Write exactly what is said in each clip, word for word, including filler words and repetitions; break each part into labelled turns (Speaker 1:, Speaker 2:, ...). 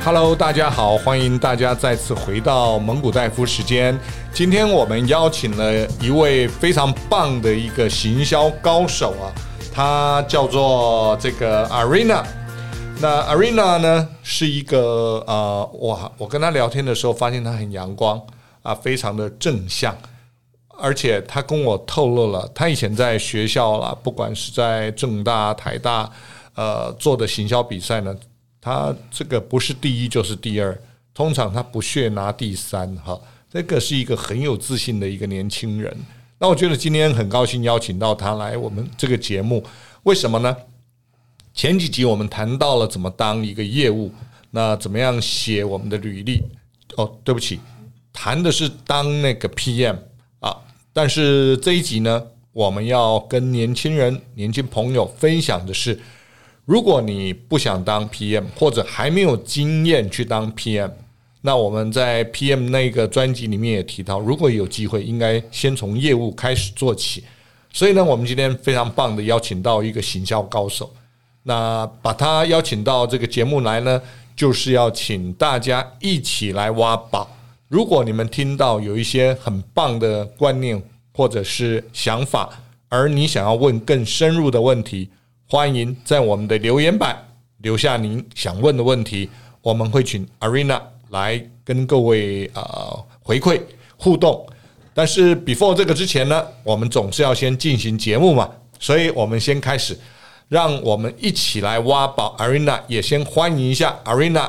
Speaker 1: Hello， 大家好，欢迎大家再次回到蒙古大夫时间。今天我们邀请了一位非常棒的一个行销高手啊，他叫做这个 Arina。那 Arina 呢是一个呃，哇，我跟他聊天的时候发现他很阳光啊，非常的正向，而且他跟我透露了他以前在学校啦，不管是在政大、台大，呃，做的行销比赛呢。他这个不是第一就是第二，通常他不屑拿第三哈。这个是一个很有自信的一个年轻人。那我觉得今天很高兴邀请到他来我们这个节目，为什么呢？前几集我们谈到了怎么当一个业务，那怎么样写我们的履历。哦，对不起，谈的是当那个 P M 啊。但是这一集呢，我们要跟年轻人、年轻朋友分享的是。如果你不想当 P M 或者还没有经验去当 P M， 那我们在 P M 那个专辑里面也提到，如果有机会应该先从业务开始做起。所以呢，我们今天非常棒的邀请到一个行销高手，那把他邀请到这个节目来呢，就是要请大家一起来挖宝。如果你们听到有一些很棒的观念或者是想法，而你想要问更深入的问题，欢迎在我们的留言板留下您想问的问题，我们会请 Arina 来跟各位、呃、回馈互动。但是 before 这个之前呢，我们总是要先进行节目嘛，所以我们先开始，让我们一起来挖宝。 Arina 也先欢迎一下 Arina。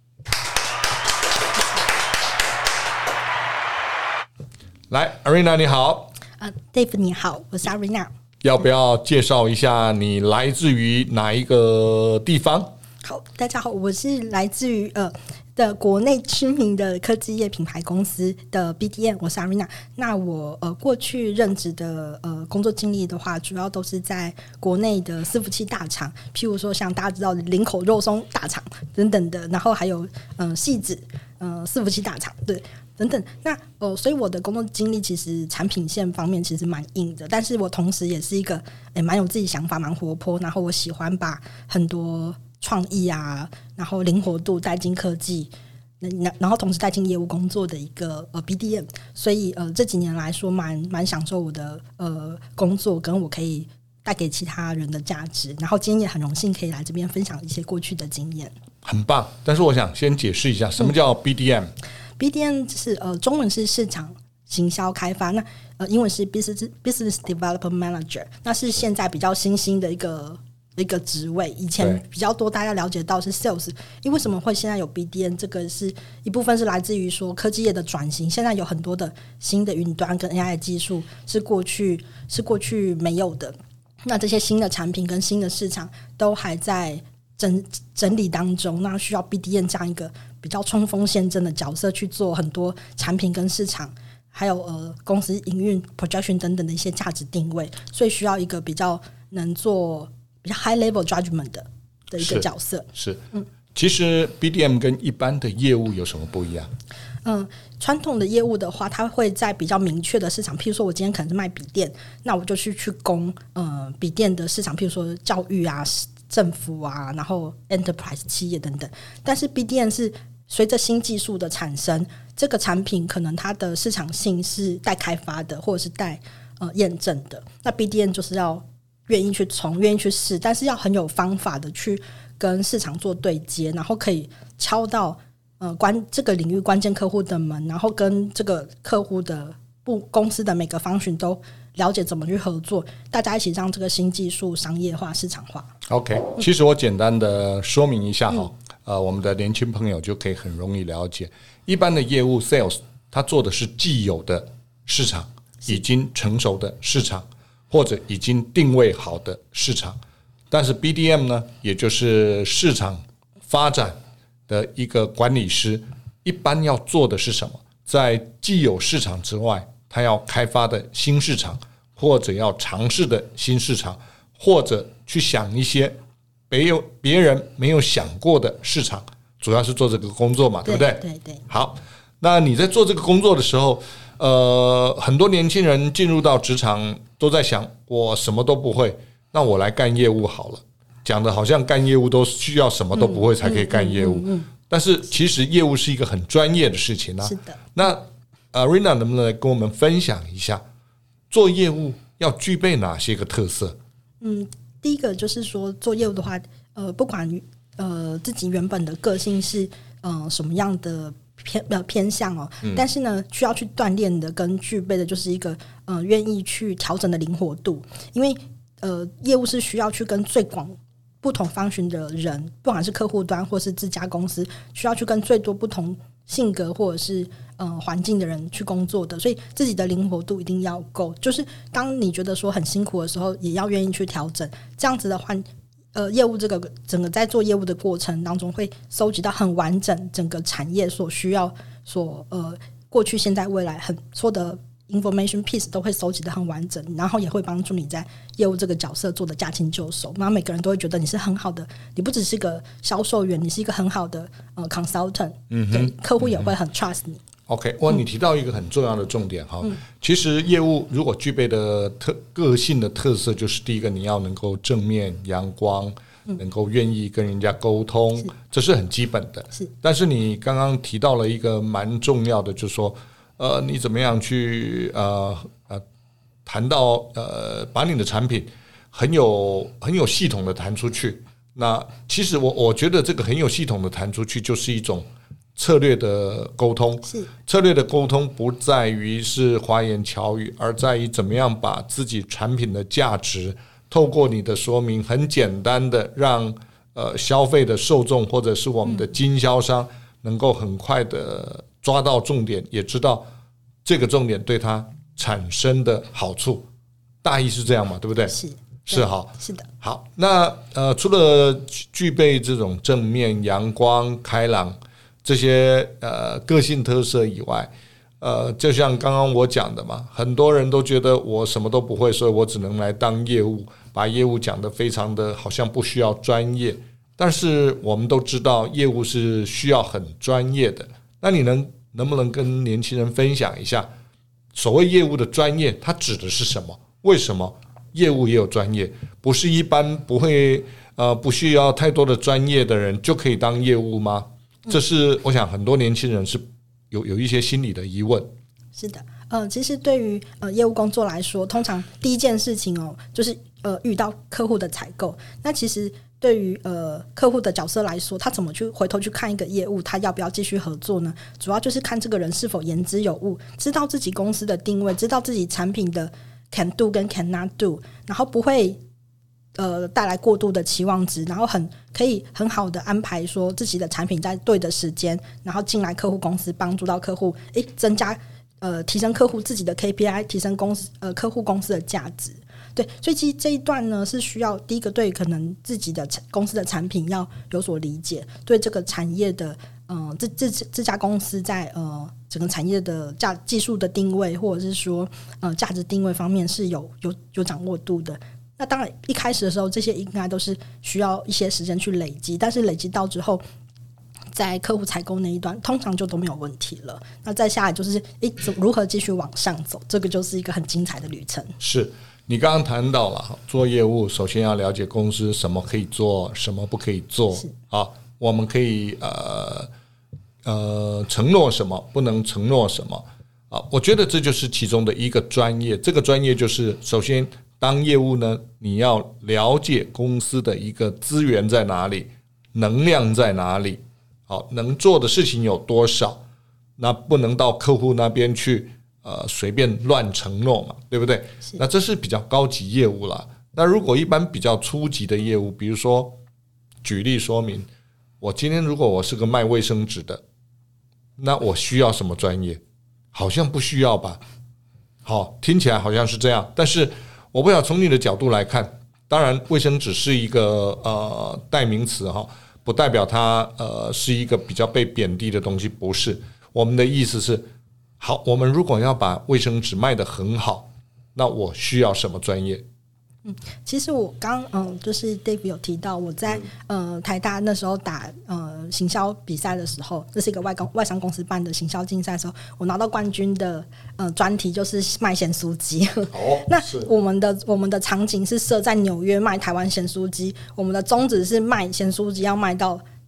Speaker 1: 来 Arina 你好。
Speaker 2: 呃、Dave 你好，我是 Arina。
Speaker 1: 要不要介绍一下你来自于哪一个地方？
Speaker 2: 好，大家好，我是来自于呃的国内知名的科技业品牌公司的 B D M， 我是 Arina。那我呃过去任职的呃工作经历的话，主要都是在国内的伺服器大厂，譬如说像大家知道的林口肉松大厂等等的，然后还有呃矽子呃伺服器大厂，对。等等，那呃，所以我的工作经历其实产品线方面其实蛮硬的，但是我同时也是一个诶蛮有自己想法、蛮活泼，然后我喜欢把很多创意啊，然后灵活度带进科技，然后同时带进业务工作的一个呃 B D M， 所以呃这几年来说蛮蛮享受我的呃工作，跟我可以带给其他人的价值，然后今天也很荣幸可以来这边分享一些过去的经验，很
Speaker 1: 棒。但是我想先解释一下什么叫 B D M。B
Speaker 2: D M 是呃，中文是市场行销开发，那呃，英文是 business business development manager， 那是现在比较新兴的一个一个职位。以前比较多大家了解到是 sales， 因为为什么会现在有 B D M？ 这个是一部分是来自于说科技业的转型，现在有很多的新的云端跟 A I 技术是过去是过去没有的。那这些新的产品跟新的市场都还在整整理当中，那需要 B D M 这样一个比较冲锋陷阵的角色去做很多产品跟市场，还有呃公司营运 projection 等等的一些价值定位，所以需要一个比较能做比较 high level judgment 的, 的一个角色。
Speaker 1: 是，是嗯，其实 B D M 跟一般的业务有什么不一样？
Speaker 2: 嗯，传统的业务的话，它会在比较明确的市场，譬如说我今天可能是卖笔电，那我就去去攻呃笔电的市场，譬如说教育啊、政府啊，然后 enterprise 企业等等。但是 B D M 是随着新技术的产生，这个产品可能它的市场性是待开发的，或者是待呃验证的。那 B D M 就是要愿意去冲，愿意去试，但是要很有方法的去跟市场做对接，然后可以敲到呃关这个领域关键客户的门，然后跟这个客户的部公司的每个方群都了解怎么去合作，大家一起让这个新技术商业化、市场化。
Speaker 1: OK， 其实我简单的说明一下哈、嗯。呃，我们的年轻朋友就可以很容易了解，一般的业务 sales 他做的是既有的市场，已经成熟的市场，或者已经定位好的市场。但是 B D M 呢，也就是市场发展的一个管理师，一般要做的是什么？在既有市场之外，他要开发的新市场，或者要尝试的新市场，或者去想一些别有别人没有想过的市场，主要是做这个工作嘛， 对, 对不对？
Speaker 2: 对对。
Speaker 1: 好，那你在做这个工作的时候，呃，很多年轻人进入到职场都在想，我什么都不会，那我来干业务好了。讲的好像干业务都需要什么都不会才可以干业务，嗯嗯嗯嗯、 但是其实业务是一个很专业的事情啊。
Speaker 2: 是的。
Speaker 1: 那 Arina 能不能来跟我们分享一下，做业务要具备哪些个特色？
Speaker 2: 嗯，第一个就是说做业务的话，呃，不管呃自己原本的个性是呃什么样的偏呃偏向哦、嗯，但是呢，需要去锻炼的跟具备的就是一个呃愿意去调整的灵活度，因为呃业务是需要去跟最广不同方寻的人，不管是客户端或是自家公司，需要去跟最多不同性格或者是呃环境的人去工作的，所以自己的灵活度一定要够。就是当你觉得说很辛苦的时候，也要愿意去调整。这样子的话，呃，业务这个整个在做业务的过程当中，会收集到很完整整个产业所需要所呃过去、现在、未来很说的 information piece 都会收集的很完整，然后也会帮助你在业务这个角色做的驾轻就熟，然后每个人都会觉得你是很好的，你不只是个销售员，你是一个很好的呃 consultant， 嗯，对，客户也会很 trust 你。
Speaker 1: OK， 哇，你提到一个很重要的重点哈、嗯，其实业务如果具备的特个性的特色，就是第一个你要能够正面阳光，嗯、能够愿意跟人家沟通，这是很基本的。
Speaker 2: 是，
Speaker 1: 但是你刚刚提到了一个蛮重要的，就是说。呃，你怎么样去呃呃谈到呃把你的产品很有很有系统的谈出去？那其实我我觉得这个很有系统的谈出去，就是一种策略的沟通。
Speaker 2: 是
Speaker 1: 策略的沟通不在于是花言巧语，而在于怎么样把自己产品的价值透过你的说明，很简单的让呃消费的受众或者是我们的经销商能够很快的抓到重点，也知道这个重点对他产生的好处，大意是这样嘛？对不对？
Speaker 2: 是
Speaker 1: 是好，
Speaker 2: 是的。
Speaker 1: 好，那呃，除了具备这种正面、阳光、开朗这些呃个性特色以外，呃，就像刚刚我讲的嘛，很多人都觉得我什么都不会，所以我只能来当业务，把业务讲得非常的好像不需要专业。但是我们都知道，业务是需要很专业的。那你能能不能跟年轻人分享一下，所谓业务的专业，它指的是什么？为什么业务也有专业？不是一般不会呃不需要太多的专业的人就可以当业务吗？这是我想很多年轻人是有有一些心理的疑问。
Speaker 2: 是的，呃，其实对于呃业务工作来说，通常第一件事情哦，就是呃遇到客户的采购。那其实对于呃客户的角色来说，他怎么去回头去看一个业务，他要不要继续合作呢？主要就是看这个人是否言之有物，知道自己公司的定位，知道自己产品的 can do 跟 cannot do， 然后不会呃带来过度的期望值，然后很可以很好的安排说自己的产品在对的时间，然后进来客户公司，帮助到客户，诶增加呃提升客户自己的 K P I， 提升公司呃客户公司的价值。对，所以其实这一段呢是需要第一个对可能自己的公司的产品要有所理解，对这个产业的呃这这这家公司在呃整个产业的价技术的定位，或者是说呃价值定位方面是有有有掌握度的。那当然一开始的时候，这些应该都是需要一些时间去累积，但是累积到之后，在客户采购那一端，通常就都没有问题了。那再下来就是诶如何继续往上走，这个就是一个很精彩的旅程。
Speaker 1: 是。你刚刚谈到了做业务，首先要了解公司什么可以做，什么不可以做啊。我们可以呃呃承诺什么，不能承诺什么啊。我觉得这就是其中的一个专业。这个专业就是首先当业务呢，你要了解公司的一个资源在哪里，能量在哪里，好，能做的事情有多少，那不能到客户那边去。呃，随便乱承诺嘛，对不对？那这是比较高级业务啦。那如果一般比较初级的业务，比如说举例说明，我今天如果我是个卖卫生纸的，那我需要什么专业？好像不需要吧？好，听起来好像是这样，但是我不晓得从你的角度来看，当然卫生纸是一个呃代名词哈，不代表它呃是一个比较被贬低的东西，不是。我们的意思是。好，我们如果要把卫生纸卖得很好，那我需要什么专业？
Speaker 2: 嗯，其实我刚嗯，就是 Dave 有提到，我在呃台大那时候打呃行销比赛的时候，这是一个外公外商公司办的行销竞赛的时候，我拿到冠军的呃专题就是卖咸酥鸡。哦，那我们的我们的场景是设在纽约卖台湾咸酥鸡，我们的宗旨是卖咸酥鸡要卖到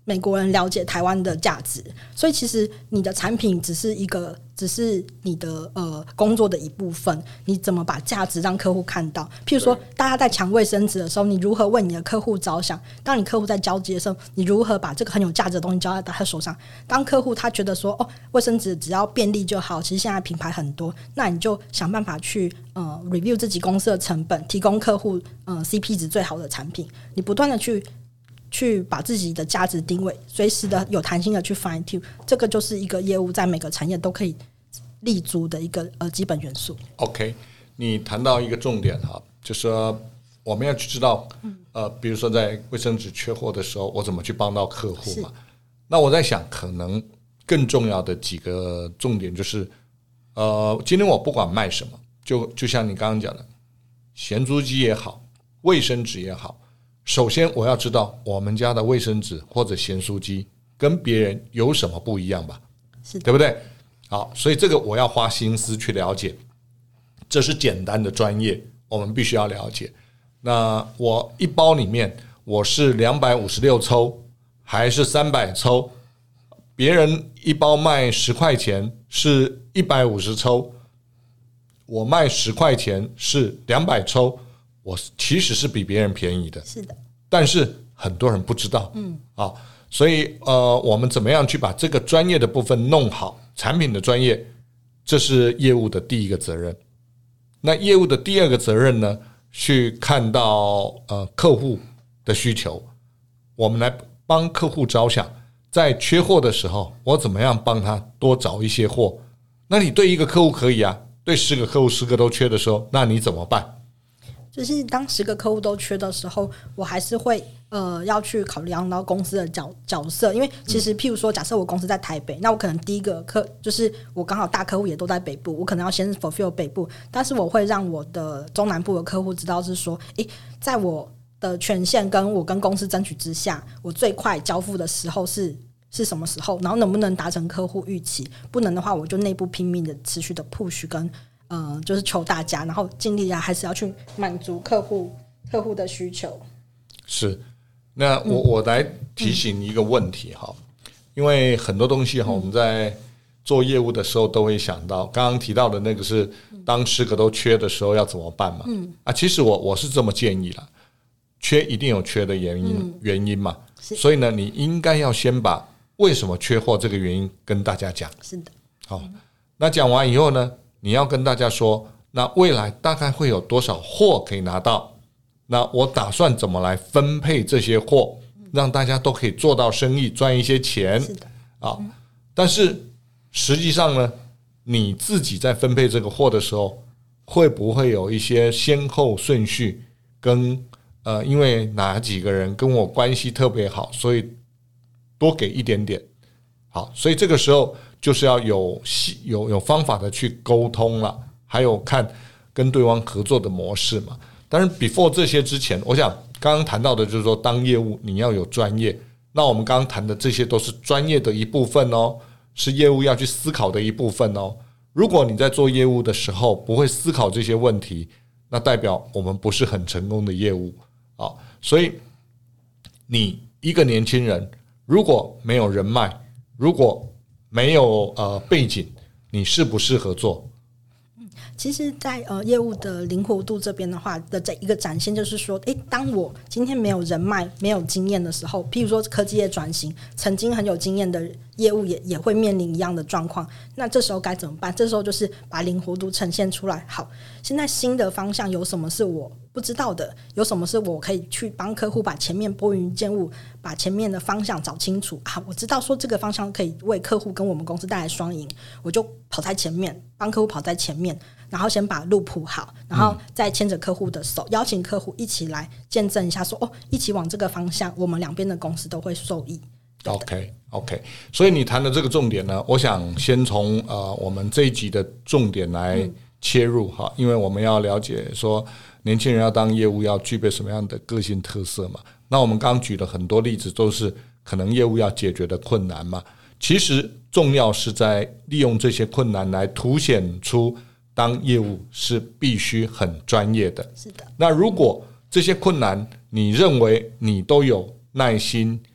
Speaker 2: 美国人了解台湾的价值，所以其实你的产品只是一个，只是你的呃工作的一部分。你怎么把价值让客户看到？譬如说，大家在抢卫生纸的时候，你如何为你的客户着想？当你客户在交接的时候，你如何把这个很有价值的东西交到他手上？当客户他觉得说，哦，卫生纸只要便利就好，其实现在品牌很多，那你就想办法去呃 review 自己公司的成本，提供客户呃 C P 值最好的产品。你不断的去。去把自己的价值定位，随时的有弹性的去 fine tune， 这个就是一个业务在每个产业都可以立足的一个呃基本元素。
Speaker 1: OK， 你谈到一个重点哈，就是说我们要去知道，呃，比如说在卫生纸缺货的时候，我怎么去帮到客户嘛？那我在想，可能更重要的几个重点就是，呃，今天我不管卖什么，就就像你刚刚讲的，咸猪鸡也好，卫生纸也好。首先我要知道我们家的卫生纸或者咸酥鸡跟别人有什么不一样吧，
Speaker 2: 是
Speaker 1: 对不对？好，所以这个我要花心思去了解，这是简单的专业，我们必须要了解。那我一包里面我是两百五十六抽还是三百抽？别人一包卖十块钱是一百五十抽，我卖十块钱是两百抽。我其实是比别人便宜的，
Speaker 2: 是的，
Speaker 1: 但是很多人不知道，嗯，啊，所以呃，我们怎么样去把这个专业的部分弄好，产品的专业，这是业务的第一个责任。那业务的第二个责任呢，去看到呃客户的需求，我们来帮客户着想，在缺货的时候，我怎么样帮他多找一些货？那你对一个客户可以啊，对十个客户十个都缺的时候，那你怎么办？
Speaker 2: 就是当十个客户都缺的时候，我还是会呃要去考量到公司的角角色，因为其实譬如说，假设我公司在台北，那我可能第一个客就是我刚好大客户也都在北部，我可能要先 fulfill 北部，但是我会让我的中南部的客户知道是说，诶，在我的权限跟我跟公司争取之下，我最快交付的时候是是什么时候，然后能不能达成客户预期，不能的话，我就内部拼命的持续的 push 跟。呃，就是求大家，然后尽力啊，还是要去满足客户客户的需求。
Speaker 1: 是，那我、嗯、我来提醒一个问题哈、嗯，因为很多东西哈，我们在做业务的时候都会想到，刚刚提到的那个是当十个都缺的时候要怎么办嘛？嗯啊，其实我我是这么建议啦，缺一定有缺的原因、嗯、原因嘛，所以呢，你应该要先把为什么缺货这个原因跟大家讲。
Speaker 2: 是的，
Speaker 1: 好，那讲完以后呢？你要跟大家说，那未来大概会有多少货可以拿到？那我打算怎么来分配这些货，让大家都可以做到生意，赚一些钱。
Speaker 2: 是的，
Speaker 1: 啊，但是实际上呢，你自己在分配这个货的时候，会不会有一些先后顺序？跟呃，因为哪几个人跟我关系特别好，所以多给一点点。好，所以这个时候。就是要有有有方法的去沟通了，还有看跟对方合作的模式嘛。当然 before 这些之前，我想刚刚谈到的就是说，当业务你要有专业。那我们刚刚谈的这些都是专业的一部分哦，是业务要去思考的一部分哦。如果你在做业务的时候不会思考这些问题，那代表我们不是很成功的业务啊。所以你一个年轻人如果没有人脉，如果没有呃背景，你适不适合做？
Speaker 2: 嗯，其实在，在呃业务的灵活度这边的话的这一个展现，就是说，诶，当我今天没有人脉、没有经验的时候，譬如说科技业转型，曾经很有经验的业务也也会面临一样的状况。那这时候该怎么办？这时候就是把灵活度呈现出来。好，现在新的方向有什么是我不知道的？有什么是我可以去帮客户把前面拨云见雾，把前面的方向找清楚啊？我知道说这个方向可以为客户跟我们公司带来双赢，我就跑在前面，帮客户跑在前面，然后先把路铺好，然后再牵着客户的手，邀请客户一起来见证一下说，哦，一起往这个方向，我们两边的公司都会受益。
Speaker 1: OK OK， 所以你谈的这个重点呢，我想先从呃我们这一集的重点来切入哈、嗯，因为我们要了解说年轻人要当业务要具备什么样的个性特色嘛。那我们刚举了很多例子，都是可能业务要解决的困难嘛。其实重要是在利用这些困难来凸显出当业务是必须很专业的。
Speaker 2: 是的。
Speaker 1: 那如果这些困难你认为你都有耐心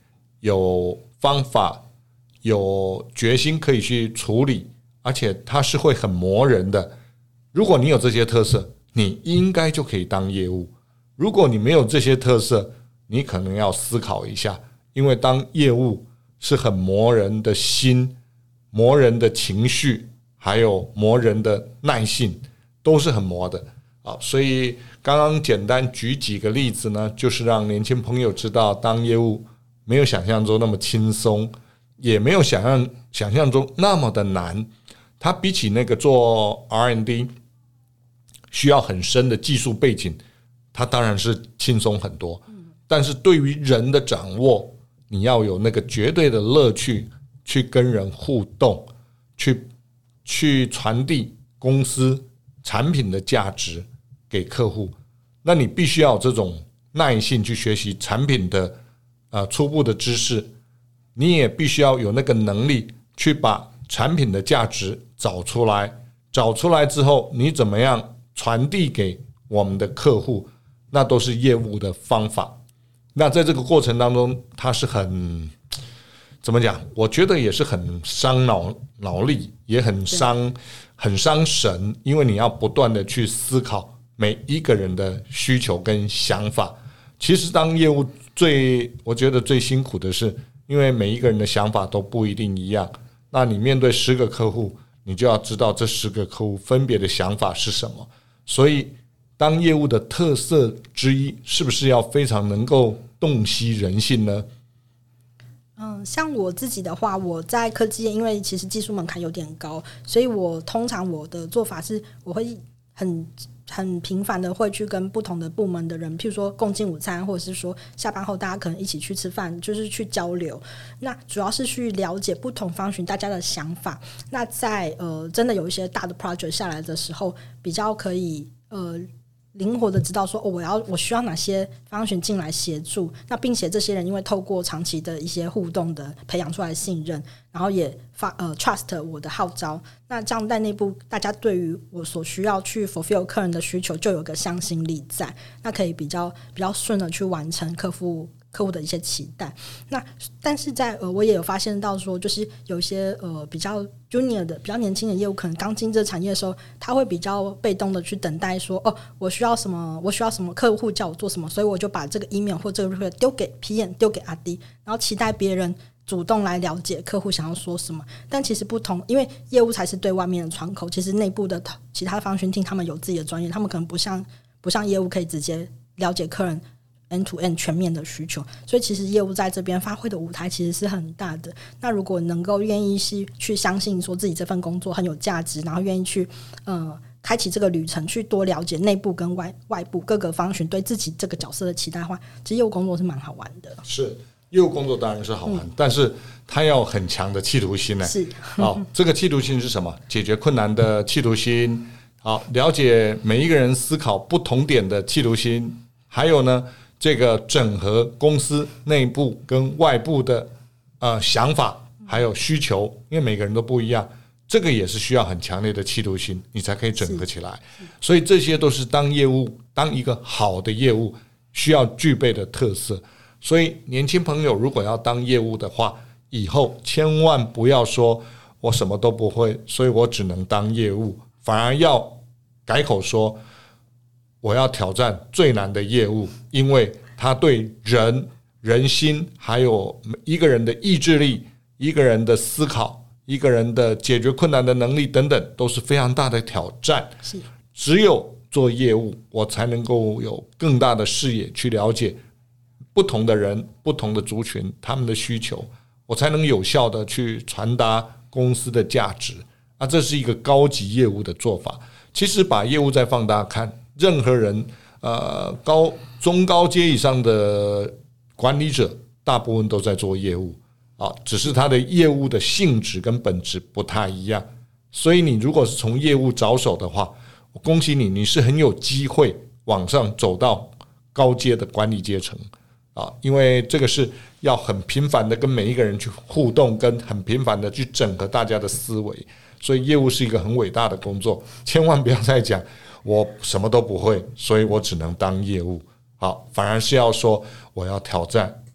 Speaker 1: 有方法、有决心可以去处理，而且它是会很磨人的。如果你有这些特色，你应该就可以当业务。如果你没有这些特色，你可能要思考一下，因为当业务是很磨人的心、磨人的情绪，还有磨人的耐性，都是很磨的啊。所以刚刚简单举几个例子呢，就是让年轻朋友知道，当业务没有想象中那么轻松，也没有想象想象中那么的难。它比起那个做 R and D 需要很深的技术背景，它当然是轻松很多。但是对于人的掌握，你要有那个绝对的乐趣，去跟人互动，去去传递公司产品的价值给客户。那你必须要有这种耐性去学习产品的呃初步的知识，你也必须要有那个能力去把产品的价值找出来，找出来之后，你怎么样传递给我们的客户，那都是业务的方法。那在这个过程当中，它是很怎么讲？我觉得也是很伤脑脑力，也很伤很伤神，因为你要不断的去思考每一个人的需求跟想法。其实当业务最我觉得最辛苦的是，因为每一个人的想法都不一定一样。那你面对十个客户，你就要知道这十个客户分别的想法是什么。所以当业务的特色之一，是不是要非常能够洞悉人性呢？
Speaker 2: 嗯，像我自己的话，我在科技业，因为其实技术门槛有点高，所以我通常我的做法是，我会很很频繁的会去跟不同的部门的人，譬如说共进午餐，或者是说下班后大家可能一起去吃饭，就是去交流。那主要是去了解不同方群大家的想法。那在呃真的有一些大的 project 下来的时候，比较可以呃。灵活的知道说、哦、我要我需要哪些方群进来协助，那并且这些人因为透过长期的一些互动的培养出来的信任，然后也发呃 trust 我的号召，那这样在内部大家对于我所需要去 fulfill 客人的需求就有个向心力在，那可以比较比较顺的去完成客户客户的一些期待。那但是在呃，我也有发现到说，就是有一些呃比较 junior 的、比较年轻的业务，可能刚进这产业的时候，他会比较被动的去等待说，哦，我需要什么，我需要什么，客户叫我做什么，所以我就把这个 email 或这个 report 丢给 P M， 丢给 R D， 然后期待别人主动来了解客户想要说什么。但其实不同，因为业务才是对外面的窗口，其实内部的其他方群厅他们有自己的专业，他们可能不像不像业务可以直接了解客人end to end 全面的需求，所以其实业务在这边发挥的舞台其实是很大的。那如果能够愿意是去相信说自己这份工作很有价值，然后愿意去呃开启这个旅程，去多了解内部跟外外部各个方群对自己这个角色的期待的话，其实业务工作是蛮好玩的。
Speaker 1: 是业务工作当然是好玩、嗯、但是它要有很强的企图心呢。
Speaker 2: 是
Speaker 1: 好，这个企图心是什么？解决困难的企图心，好，了解每一个人思考不同点的企图心，还有呢这个整合公司内部跟外部的呃想法还有需求，因为每个人都不一样，这个也是需要很强烈的企图心，你才可以整合起来。所以这些都是当业务当一个好的业务需要具备的特色。所以年轻朋友如果要当业务的话，以后千万不要说我什么都不会，所以我只能当业务，反而要改口说我要挑战最难的业务，因为他对人、人心，还有一个人的意志力、一个人的思考、一个人的解决困难的能力等等，都是非常大的挑战。
Speaker 2: 是，
Speaker 1: 只有做业务，我才能够有更大的视野去了解不同的人、不同的族群他们的需求，我才能有效的去传达公司的价值。啊，这是一个高级业务的做法。其实把业务再放大看，任何人呃高中高阶以上的管理者大部分都在做业务啊，只是他的业务的性质跟本质不太一样。所以你如果是从业务着手的话，我恭喜你，你是很有机会往上走到高阶的管理阶层啊，因为这个是要很频繁的跟每一个人去互动，跟很频繁的去整合大家的思维。所以业务是一个很伟大的工作，千万不要再讲我什么都不会，所以我只能当业务。好，反而是要说我要挑战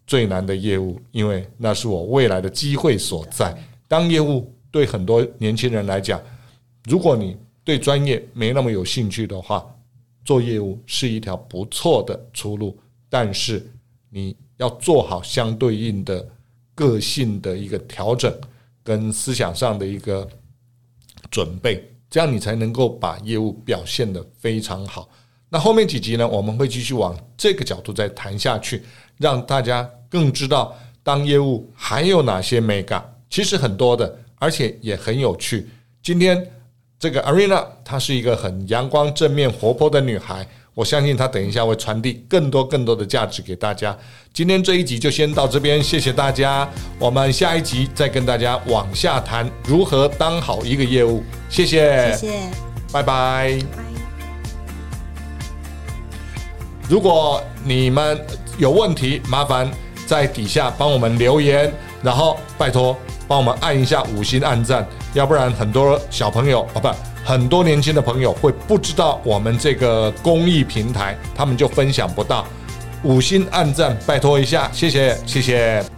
Speaker 1: 最难的业务，因为那是我未来的机会所在。当业务对很多年轻人来讲，如果你对专业没那么有兴趣的话，做业务是一条不错的出路，但是你要做好相对应的个性的一个调整跟思想上的一个准备，这样你才能够把业务表现得非常好。那后面几集呢，我们会继续往这个角度再谈下去，让大家更知道当业务还有哪些美感，其实很多的，而且也很有趣。今天这个 Arina 她是一个很阳光正面活泼的女孩，我相信她等一下会传递更多更多的价值给大家。今天这一集就先到这边，谢谢大家，我们下一集再跟大家往下谈如何当好一个业务。谢谢，
Speaker 2: 谢谢，
Speaker 1: 拜拜。
Speaker 2: 拜。
Speaker 1: 如果你们有问题，麻烦在底下帮我们留言，然后拜托帮我们按一下五星按赞，要不然很多小朋友哦不，很多年轻的朋友会不知道我们这个公益平台，他们就分享不到。五星按赞，拜托一下，谢谢，谢谢。